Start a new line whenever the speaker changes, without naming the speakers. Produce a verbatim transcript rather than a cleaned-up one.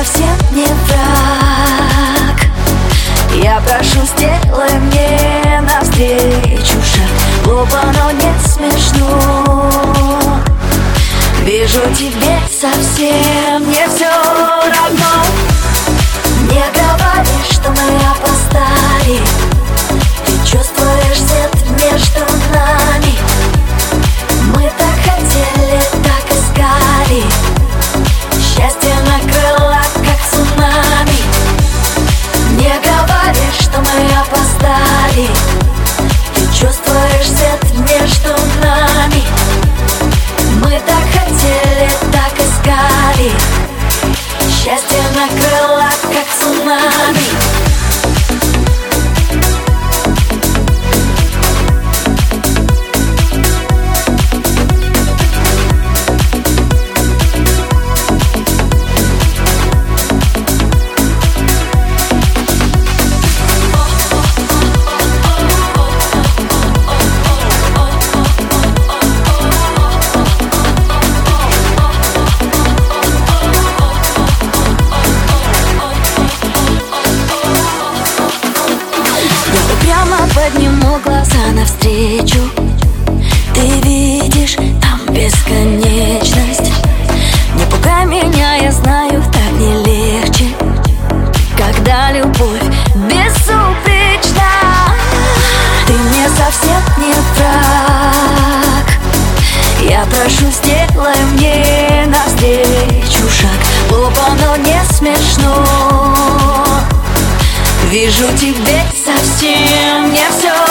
совсем не враг. Я прошу, сделай мне навстречу шаг. Глупо, но не смешно. Вижу, тебе совсем не все равно. Не говори, что мы опоздали. Ты чувствуешь свет между нами. Мы так хотели, так искали. Счастье накрыло, как цунами. Не говори, что мы опоздали. Ты чувствуешь свет между нами. Мы так хотели, так искали. Счастье накрыло, как цунами. Подниму глаза навстречу. Ты видишь там бесконечность. Не пугай меня, я знаю, так не легче, когда любовь безупречна. Ты мне совсем не враг. Я прошу, сделай мне навстречу шаг. Глупо, но не смешно. Вижу, тебе совсем не все